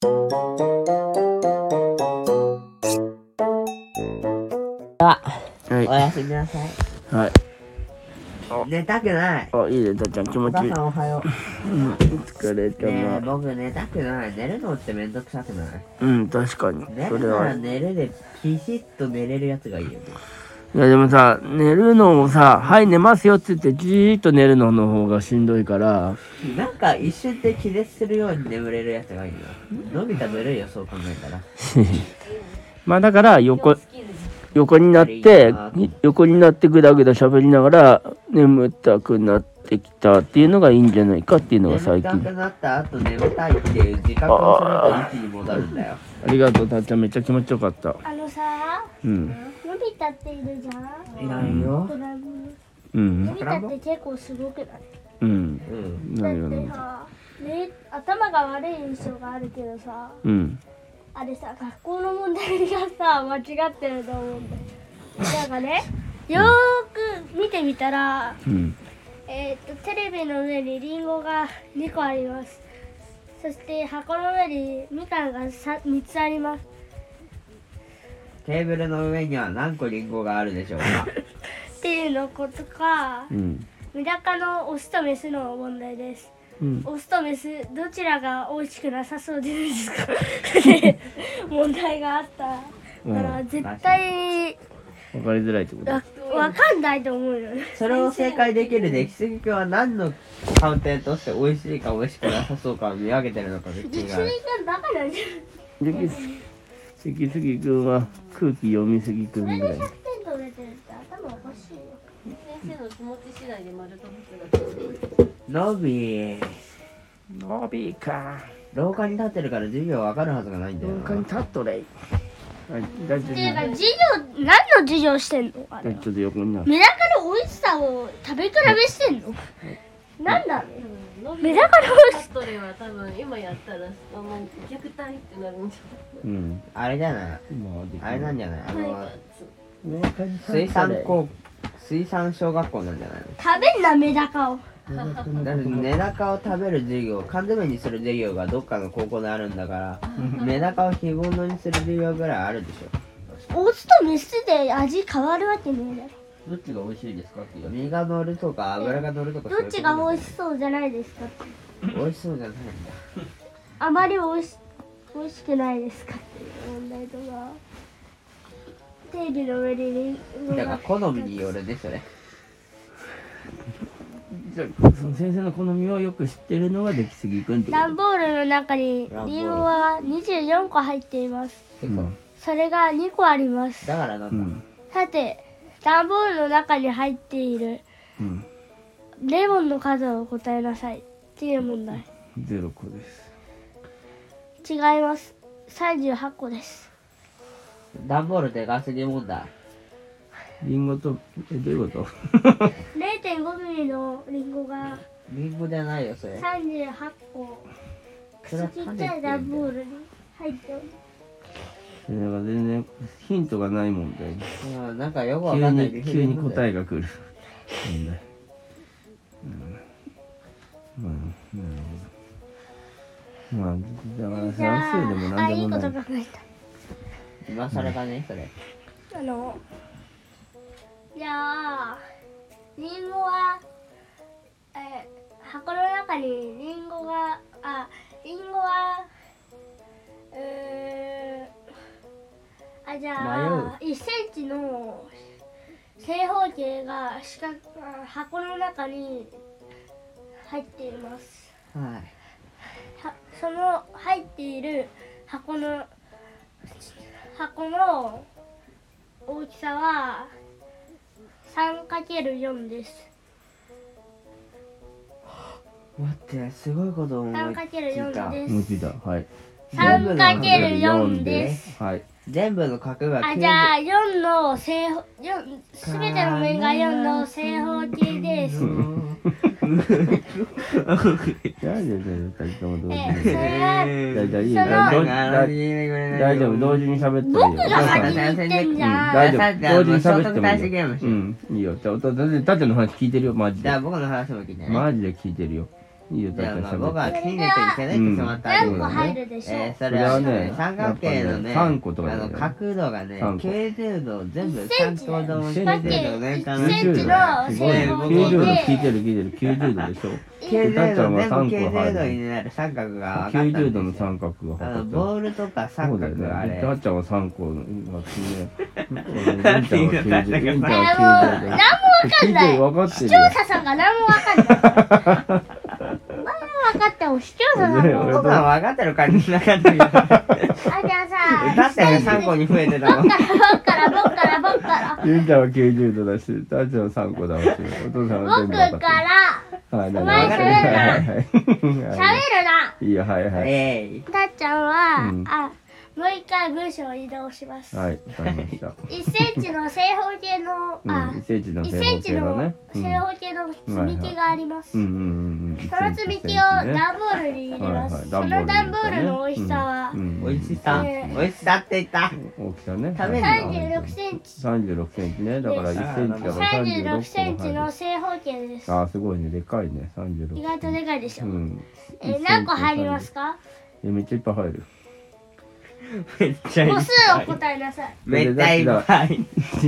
はい。 おやすみなさい。 はい。 寝たくない。 あ、いいね、たっちゃん気持ちいい。 お母さんおはよ疲れう。ねえ、 たな。 僕寝たくない。寝るのってめんどくさくない？ うん、確かに。 寝るなそれは。 ら寝るでピシッと寝れるやつがいいよね。 いや、でもさ、寝るのをさ、はい、寝ますよって言って、じーっと寝るのの方がしんどいから。 なんか一瞬で気絶するように眠れるやつがいいよ。のび太ずるいよ、そう考えたら。 まあだから横になってぐだぐだ喋りながら眠たくなってきたっていうのがいいんじゃないかっていうのが最近。 眠たくなった後眠たいっていう自覚をすると位置に戻るんだよ。 ありがとう、たっちゃん、めっちゃ気持ちよかった。 あのさ、 うん。 のび太っているじゃん。 いないよ。 うんのび太って結構すごくない？ うん。 うん。 何がだってさ、頭が悪い印象があるけどさ、 うん。 あれさ、学校の問題がさ、間違ってると思うんだよ。なんかね、よーく見てみたら、 うん。 テレビの上にリンゴが2個あります。そして箱の上にみかんが3つあります。 テーブルの上には何個リンゴがあるでしょうか。 っていうのことか、 うん。 メダカのオスとメスの問題です。 うん。 オスとメスどちらが美味しくなさそうですかって問題があったから絶対わかりづらいってこと。 わかんないと思うよね。 それを正解できる出来すぎくんは何の観点として美味しいか美味しくなさそうかを見分けてるのか実別に力だからじ関杉くんは空気読みすぎくゃん。 んぐらい。 それで100点取れてるって頭おかしいよ。 先生の気持ち次第で丸と×がついてノビーノビーか。 廊下に立ってるから授業わかるはずがないんだよな。 廊下に立っとれい。はい、大丈夫。 っていうか何の授業してんのあれちょっと横になる。 メダカの美味しさを食べ比べしてんのなんだろうメダカの美味しカットレは多分今やったらもう虐待ってなるんじうん。 あれじゃないまあ、できあれなんじゃないゃないか水産小学校なんじゃないの。 食べんなメダカをだってメダカを食べる授業、缶詰にする授業がどっかの高校であるんだからメダカを干物にする授業ぐらいあるでしオスとメスで味変わるわけねえだろ。 どっちが美味しいですかっていうょ。身が乗るとか油が乗るとかどっちが美味しいそうじゃないですか美味しそうじゃないんだ。 あまり美味しくないですかっていう問題とかテレビの上にリンゴだからが好みによるねそれ。 じゃあその先生の好みをよく知ってるのが出来すぎくんってこと。 段ボールの中にリンゴが24個入っています。 うんそれが2個あります。 だからなんだ、 うんさて段ボールの中に入っているうんレモンの数を答えなさいっていう問題。 0個です。 違います。38個です。 段ボールでかすぎ問題。 リンゴとどういうこと？ 0.5 ミリのリンゴがリンゴじゃないよそれ。 38個それはちっちゃい段ボールに入っておる。 なんか全然ヒントがない問題。 うん、なんかよくわかんない急に答え。 えが来る問題。なるほど。まあだから算数でも何でもない。 いいこと考え今更だねそれ。 た。じゃあリンゴは、箱の中にリンゴはじゃあ1センチの正方形が箱の中に入っています。 はい。 その入っている箱の大きさは 3×4 です。 待ってすごいこと思いつい 3×4 た。 で思いついた。はい。 3×4 ですはい。 全部の角がじゃあ4のすべての面が4の正方形です。そ大丈夫、同時に喋ってるよ。 僕が先に言ってんじゃん。 大丈夫、同時に喋ってもいいよ。 聖徳太子ゲームしよう。 いいよ。だっての話聞いてるよ、マジで。 じゃあ僕の話も聞いてね。 マジで聞いてるよ。 いいよ、 じゃあまあたっちゃん僕は筋肉に手抜いてしまったわけ何個です入るでしょう、 それはそれはねね、三角形のね、 やっぱね3個とかだよね角度がね、 3個 90度、全部 1センチ 3個とも 1センチ 90度年間 1センチのすごいね。 正方 90度形聞いてる90度でしょ。 90 たっちゃんは度、全部 3個 90度入る。 になる三角が分かったんですよ。 90度の三角がボ測った。 ールとかそ三うだよ角があね。たれっちゃんは3個がね。レンちゃんは90度。レンちゃんいやもうは90度。 何もわかんない。 分かって視るよ。 聴者さんが何もわかんない。何も分かっても視聴者さんねも。 僕は分かってる感じなかったけど。 あ、じゃあさ、 だって3個に増えてたの。 僕から。 レンちゃんは90度だし、たっちゃんは3個だし、お父さんは全部分かってる。 僕からはい、 お前はい喋るな。喋るな。 いいよ、はいはい。 たっちゃんは、 うんもう一回文章を移動します。 はい、わかりました。 1センチの正方形の、 1センチの 1 正方センチの形のね。 正方形の積み木があります。 うんうんうんうん。 その積み木を段ボールに入れます。その段ボールの美味しさは、 美味しさ、 ね美味しさって言った。 大きさね。 食べる 36センチ。 36センチね。だから1センチだから 36センチ 36個の正方形です。 あーすごいね。でかいね。36。 意外とでかいでしょ。 うん。 何個入りますか？ めっちゃいっぱい入る。 めっちゃいい個。数を答えなさい。 めっちゃいっぱい。 で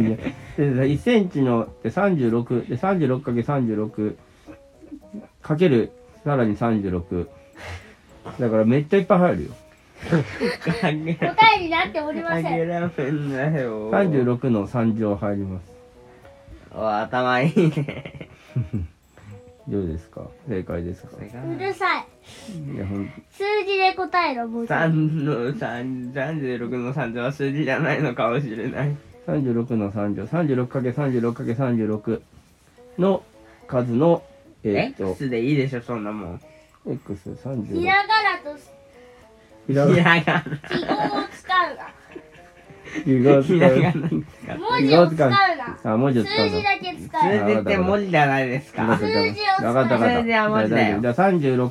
1センチので36で 36×36 かけるさらに36だからめっちゃいっぱい入るよ。 答えになっておりません。 諦めんなよ。 36の3乗入ります。 お、頭いいね。 どうですか？正解ですか？ うるさい。 いやほん数字で答えろ、もうちょい。 36の3乗は数字じゃないのかもしれない。 36の3乗 36×36×36 の数の X でいいでしょ、そんなもん。 ひ X36 らがなとひらがなひらがな。 記号を使うな。 ひらがひらがな。 文字を使うな。 あ文字を使うの数字だけ使う。 数字って文字じゃないですか。 数字を使う。 わかったわかった。 数字は文字だよじゃあ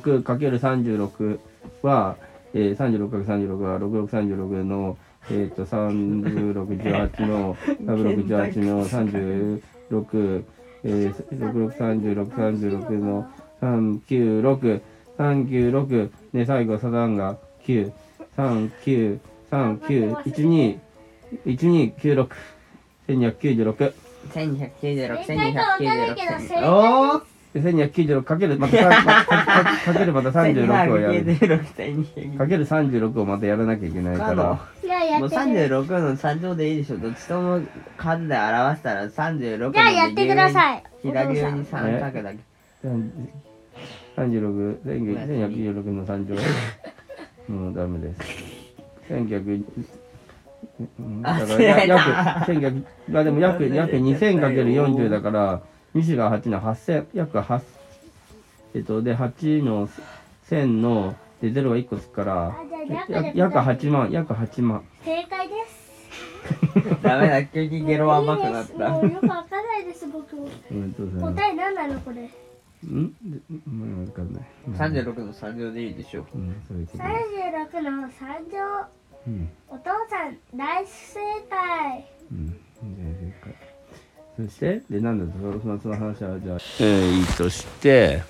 36×36 は、36×36 は6636の3618の3618の36 663636の396 396で最後サザンが9 393912 1296 1296 1296、 正解かわかんないけど正解おーで1296かけるまたかけるまた36をやる 1296、 かける36をまたやらなきゃいけないからじゃあやもうってください。 36の3乗でいいでしょ。どっちとも数で表したら36 じゃあやってください。 左上にお父 3書くだけ。 36 1296の3乗もうダメです1900だから約まあでも約 2000×40 だから2が8の8000約8で8の1000ので0が1個つくからあじゃあ約8万約8万正解です。 ダメだ、急にゲロ甘くなっいいですた。 もうよくわかんないです僕も。答え何なのこれ。 わかんない 36の3乗でいいでしょ。 そういうこと 36の3乗。お父さん大正解。 正解そしてでなんだその話はじゃあいいとして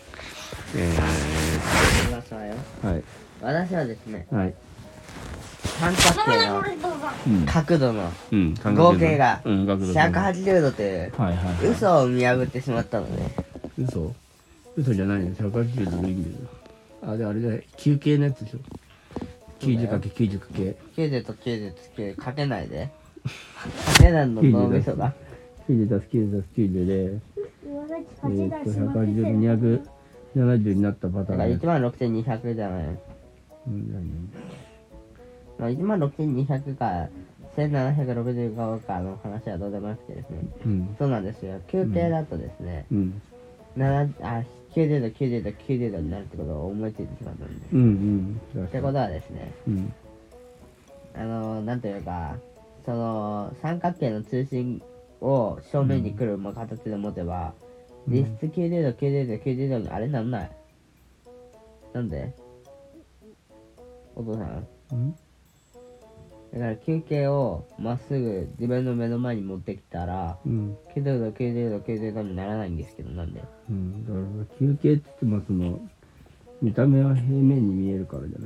いますわよ。 はい私はですね、 はい三角形の角度の合計が180度というはいはい嘘を見破ってしまったので、 嘘じゃないよ180度でいいんだよであれじゃない休憩のやつでしょ 90×90 かけ 90と90と9かけないで。かけないの脳みそが。 90+90+90 で今のうち8出しまくって 180 る。 度270になったパタだからーン 16,200じゃない。まあ、16,200か1765かの話はどうでもよくてですね。そうなんですよ。休憩だとですね、90度、90度、90度になるってことを思いついてしまったんで。ってことはですね、なんというか、その三角形の中心を正面に来る形で持てば、実質90度、90度、90度にあれなんない。なんでお父さんだから休憩をまっすぐ自分の目の前に持ってきたら、90度、90度、90度にならないんですけど、なんでだから休憩って言ってもその見た目は平面に見えるからじゃない。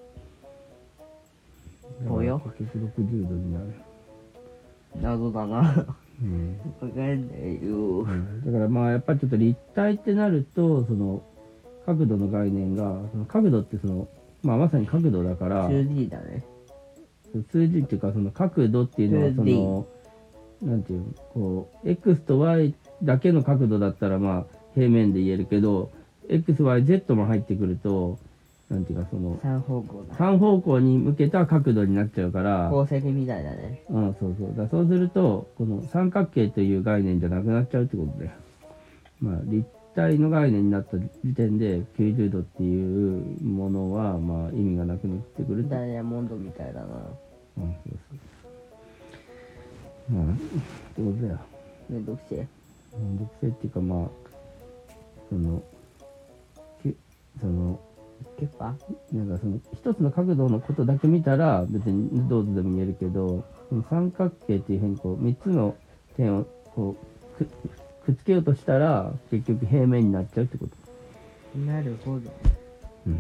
およかける60度になる。 謎だな。 うんわかんないよ。 だからまあやっぱりちょっと立体ってなると、その角度の概念が、その角度ってその、まあまさに角度だから、 2D だね。 数字っていうかその角度っていうのはそ 2D の、なんていうの、こう、x と y だけの角度だったらまあ平面で言えるけど、x、y、z も入ってくると、なんていうかその、 三方向だ。 三方向に向けた角度になっちゃうから、 宝石みたいだね。 うん、そうそう。だからそうすると、この三角形という概念じゃなくなっちゃうってことだよ。まあ、立体の概念になった時点で、90度っていうものは、まあ、意味がなくなってくるって。 ダイヤモンドみたいだな。 うん、そうそう。まあ、ってことだよ。 めんどくせえ。 めんどくせえっていうか、まあ、その、その、 結果なんかその一つの角度のことだけ見たら別にどうとでも見えるけど、その三角形っていうふうにこう3つの点をこうくっつけようとしたら結局平面になっちゃうってこと。 なるほど。 うん。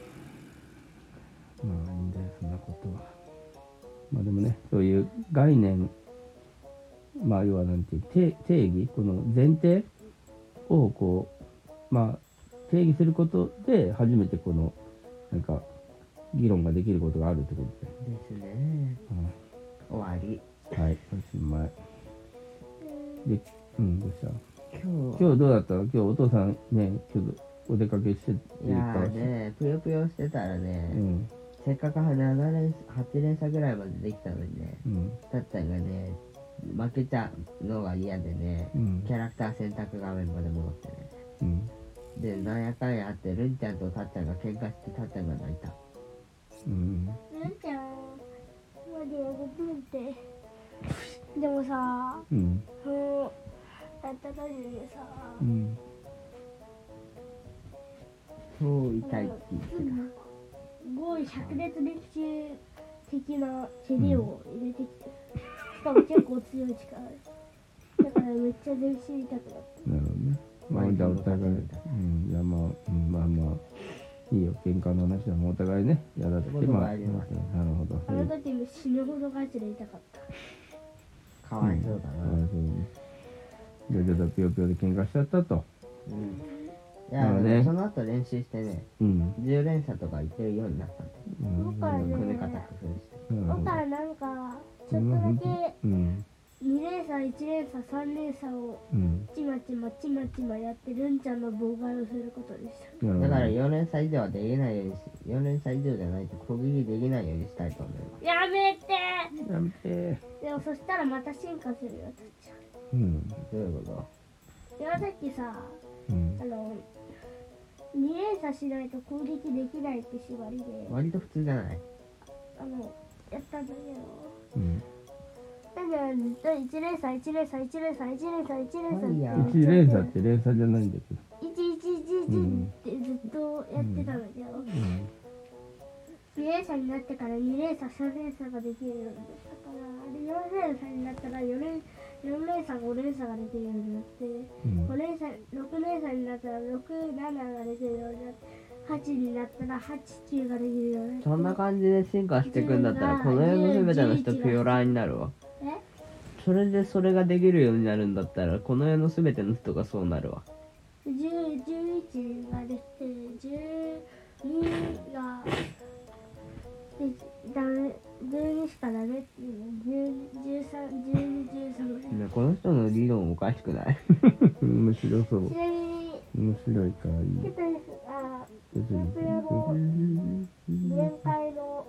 まあいいんだよそんなことは。まあでもね、そういう概念、まあ要はなんていう定義、この前提をこうまあ定義することで初めてこのなんか議論ができることがあるってことで。 ですね。終わり。 はい、おしまい。で、どうした？ 今今日どうだったの？今日お父さんね、ちょっとお出かけしてって日、いや言ったらしい。 ーね、ぷよぷよしてたらね、 うん、 せっかく7連、8連鎖ぐらいまでできたのにね、たっちゃんがね、負けちゃうのが嫌でね、キャラクター選択画面まで戻ってね。で、なんやかんやあって、るんちゃんとたっちゃんが喧嘩して、たっちゃんが泣いた。 るんちゃんマジでごめんって。でもさ、やったかじでさ、 そう痛いって言ってた。 すごい灼熱練習的な蹴りを入れてきて、しかも結構強い力で、だからめっちゃ全身痛くなった。 なるほどね。まあ、じゃあお互い、いやまあ、まあまあ、いいよ、喧嘩の話はもうお互いね、やだって、まあ、なるほど。 あの時死ぬほどガチで痛かった。 かわいそうだな。 そうね。じゃあちょっとぴよぴよで喧嘩しちゃったと。 いや、ね、その後練習してね、10連鎖とか言ってるようになったんだよ。 だからね、 組み方工夫して。 だからなんか、ちょっとだけ、2連鎖、1連鎖、3連鎖をちまちまやってるんちゃんの妨害をすることにした。 だから4連鎖以上はできないようにし、4連鎖以上じゃないと攻撃できないようにしたいと思います。 やめてやめてでもそしたらまた進化するよ、たっちゃん。どういうこと？ いや、さっきさ、2連鎖しないと攻撃できないって縛りで、 割と普通じゃない？ やったんだけど、だからずっと1連鎖って 1連鎖って連鎖じゃないんだけど。 111ってずっとやってたんだけど、2連鎖になってから2連鎖、3連鎖ができるようになったから、4連鎖になったら4連鎖、5連鎖ができるようになって、5連鎖、6連鎖になったら6、7ができるようになって、8になったら8、9ができるようになって。 そんな感じで進化していくんだったら、この世の全ての人ピュアラーになるわ。それでそれができるようになるんだったら、この世の全ての人がそうなるわ。 10、11ができて、12がダメ、12しかダメっていうの、13、12、13。 この人の理論おかしくない？ 面白そう。 ちなみに、 面白いからいい。 ケトリス、プレの限界の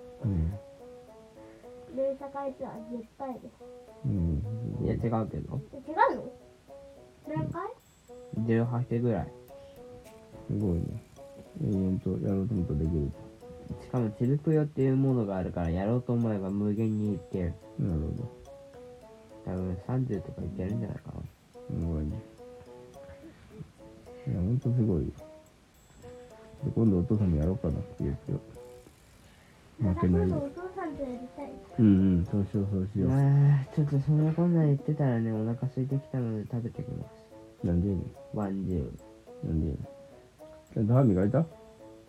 連鎖回数は10回です。 いや違うけど。 違うの？何回 ？18ぐらい。 すごいね。永遠とやろうと思ったらできる。 しかもチルプヨっていうものがあるから、やろうと思えば無限にいける。 なるほ多分30とかいけるんじゃないかな。 すごいね。いや、ほんとすごいよ。で今度お父さんもやろうかなって言うけど。負けないよ。 お父さんとやりたい。 そうしようそうしよう。 ちょっとそんなこんな言ってたらね、お腹空いてきたので食べてきます。 なんでやねん。 ワンジュー。 なんでやねん。ちゃんと歯磨いた？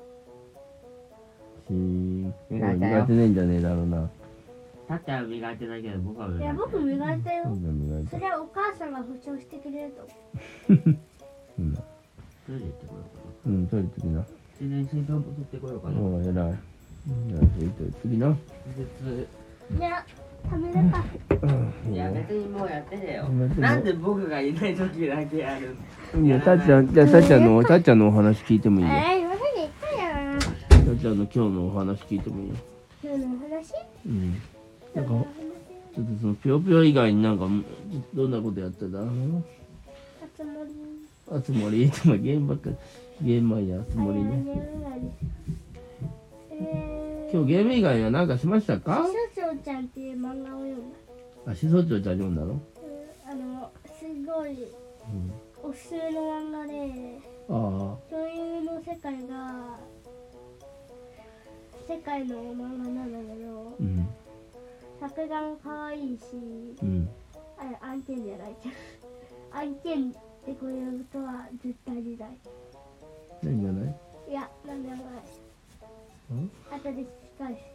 磨いてねえんじゃねえだろうな。 たっちゃん磨いてないけど僕は磨いてる。 いや僕磨いたよ。 そうだ磨いて。 それはお母さんが保証してくれると。 うんだ。 トイレ行ってこようかうんトイレ行ってきな。 な。自然水分も取ってこようかな。 おお偉い。じゃあトイレ行ってきな。 別いや食べるか。 いや別にもうやってねよ。 別になんで僕がいない時だけやるの。 いやたっちゃんじゃあたっちゃんのお話聞いてもいいよ。 今まで言ったやん。 たっちゃんの今日のお話聞いてもいいよ。 今日のお話？ うん。なんか今日のお話ちょっとそのぴよぴよ以外になんかどんなことやってた？あつ森ゲームばっかりゲームやあつ森ね。今日ゲーム以外は何かしましたか？ しそちゃんっていう漫画を読んだ。 あしそちょうちゃん読んだの？ すごいおすすめの漫画で、 ああ恐竜の世界が世界の漫画なんだけど、 うん作画も可愛いし、 うん案件じゃないじゃん。案件ってこういうことは絶対にない。 何じゃない？ いや、なんでもない。後で聞き返す。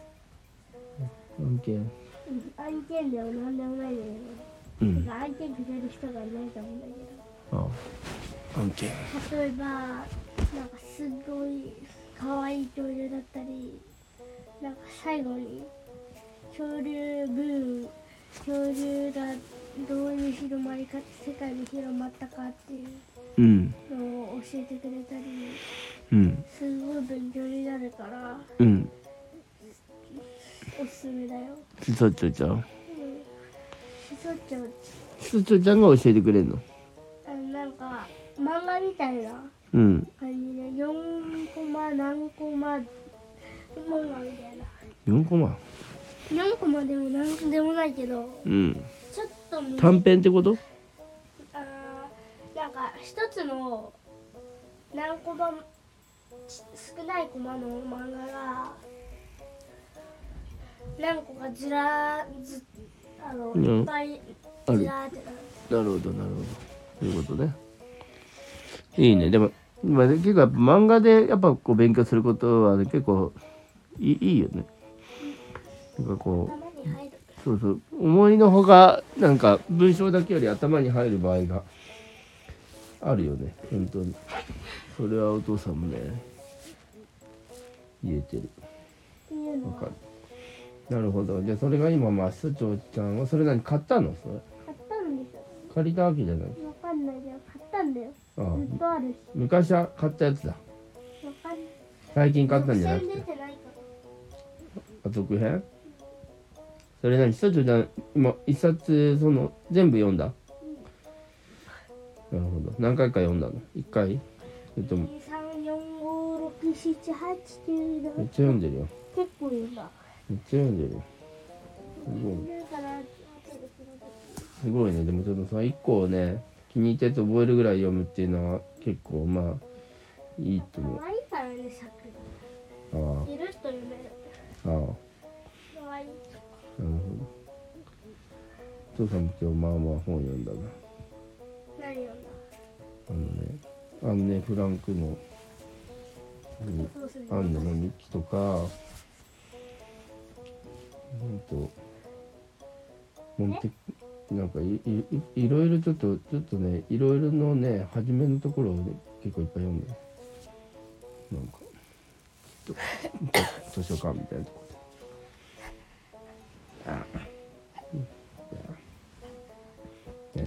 案件案件でもなんでもないんだけど、 うんてか案件くれる人がいないと思うんだけど、 あ案件例えばなんかすごい可愛い恐竜だったり、なんか最後に恐竜ブーム、恐竜がどういう広まりか、世界に広まったかっていううんのを教えてくれたり、 うんすごい勉強になるからうんおすすめだよ。 しそちょうちゃんしそちょうしそちょうちゃんが教えてくれるの？ なんか漫画みたいなうん感じで4コマ何コマ漫画みたいな。 4コマ 4コマでもなんでもないけど、 うんちょっと短編ってこと？ なんか一つの何コマ少ないコマの漫画が何個かずらずうんいっぱいあるずらーってなる。 なるほどなるほどそういうことね。いいね。でもまあ結構やっぱ漫画でやっぱこう勉強することは、ね、結構いいよね。なんかこう頭に入る。 そうそう思いのほかなんか文章だけより頭に入る場合があるよね本当に。それはお父さんもね言えてる。 っていうのはわかる。なるほど。じゃあそれが今しそちょうちゃんはそれ何買ったの？それ買ったんでしょ。 借りたわけじゃない。 わかんないけど買ったんだよ。 ああずっとあるし。 昔は買ったやつだ。 わかんない。 最近買ったんじゃなくて出てないから。 続編？それ何しそちょうちゃん今一冊その全部読んだ？なるほど。何回か読んだの？一回？それとも 2、3、4、5、6、7、8、9、 めっちゃ読んでるよ。 結構いるな。 めっちゃ読んでるよ。すごいね。でもちょっとさ一個をね気に入ったやつ覚えるぐらい読むっていうのは結構まあいいと思う。 可愛いからね、作あ品。ゆるっと読める。 あああ可愛い。 なるほど。お父さんも今日まあまあ本読んだな。 何読んだ？ フランクのそうするアンネの日記とかモンテなんかいろいろちょっとねいろいろのね初めのところを、ね、結構いっぱい読んでなんか図書館みたいなとこで。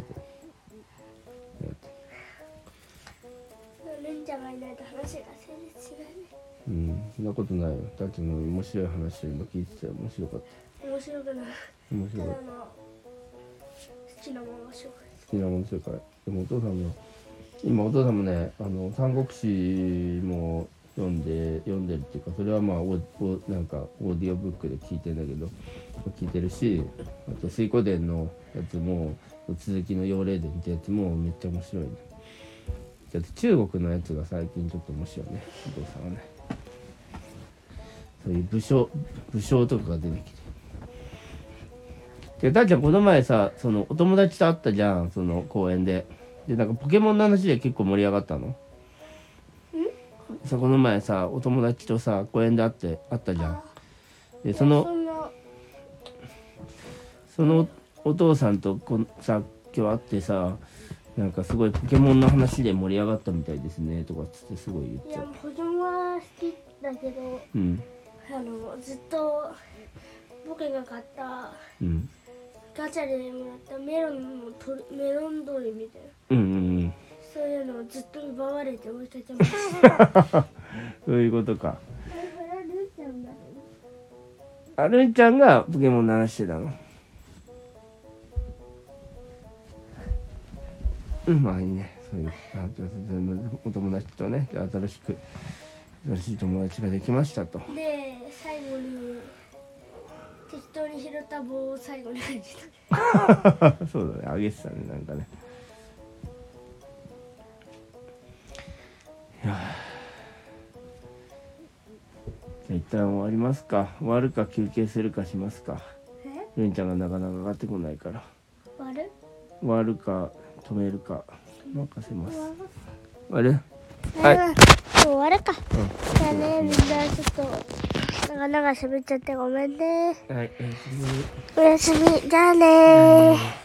レンちゃんがいないと話が成立しないね。 そんなことないよ。たちの面白い話を今聞いてたよ。面白かった。 面白くない。 面白かった。 好きなものが紹介。 好きなもの紹介。でもお父さんも今お父さんもね三国志も読んでるっていうかそれはまあなんかオーディオブックで聞いてんだけど聞いてるしあと水湖伝のやつも続きの妖霊伝ってやつもめっちゃ面白いね。だって中国のやつが最近ちょっと面白いねお父さんはね。そういう武将とかが出てきて。でたっちゃんこの前さそのお友達と会ったじゃんその公園で。でなんかポケモンの話で結構盛り上がったの？ さこの前さお友達とさ公園で会ったじゃん。でそのお父さんとさ今日会ってさ、なんかすごいポケモンの話で盛り上がったみたいですねとかつってすごい言っちゃう。 ポケモンは好きだけど、 うん。 ずっと僕が買ったうん。 ガチャでもらったメロン鳥みたいな、 うんうんうん。 そういうのをずっと奪われて置いててました。 そういうことか。 それはルーちゃんだね。 あるんちゃんがポケモンの話してたの。うん、まあいいね。そういうお友達とね、新しい友達ができましたと。 で最後に適当に拾った棒を最後に感じた。 そうだね、あげてたね、なんかね。いやじゃあ一旦終わりますか。終わるか休憩するかしますか。るんちゃんがなかなか上がってこないから。終わるか止めるか任せます。終わる？はい。 終わるか。じゃあね、みんなちょっと長々喋っちゃってごめんね。 はい、 おやすみ。じゃあねー。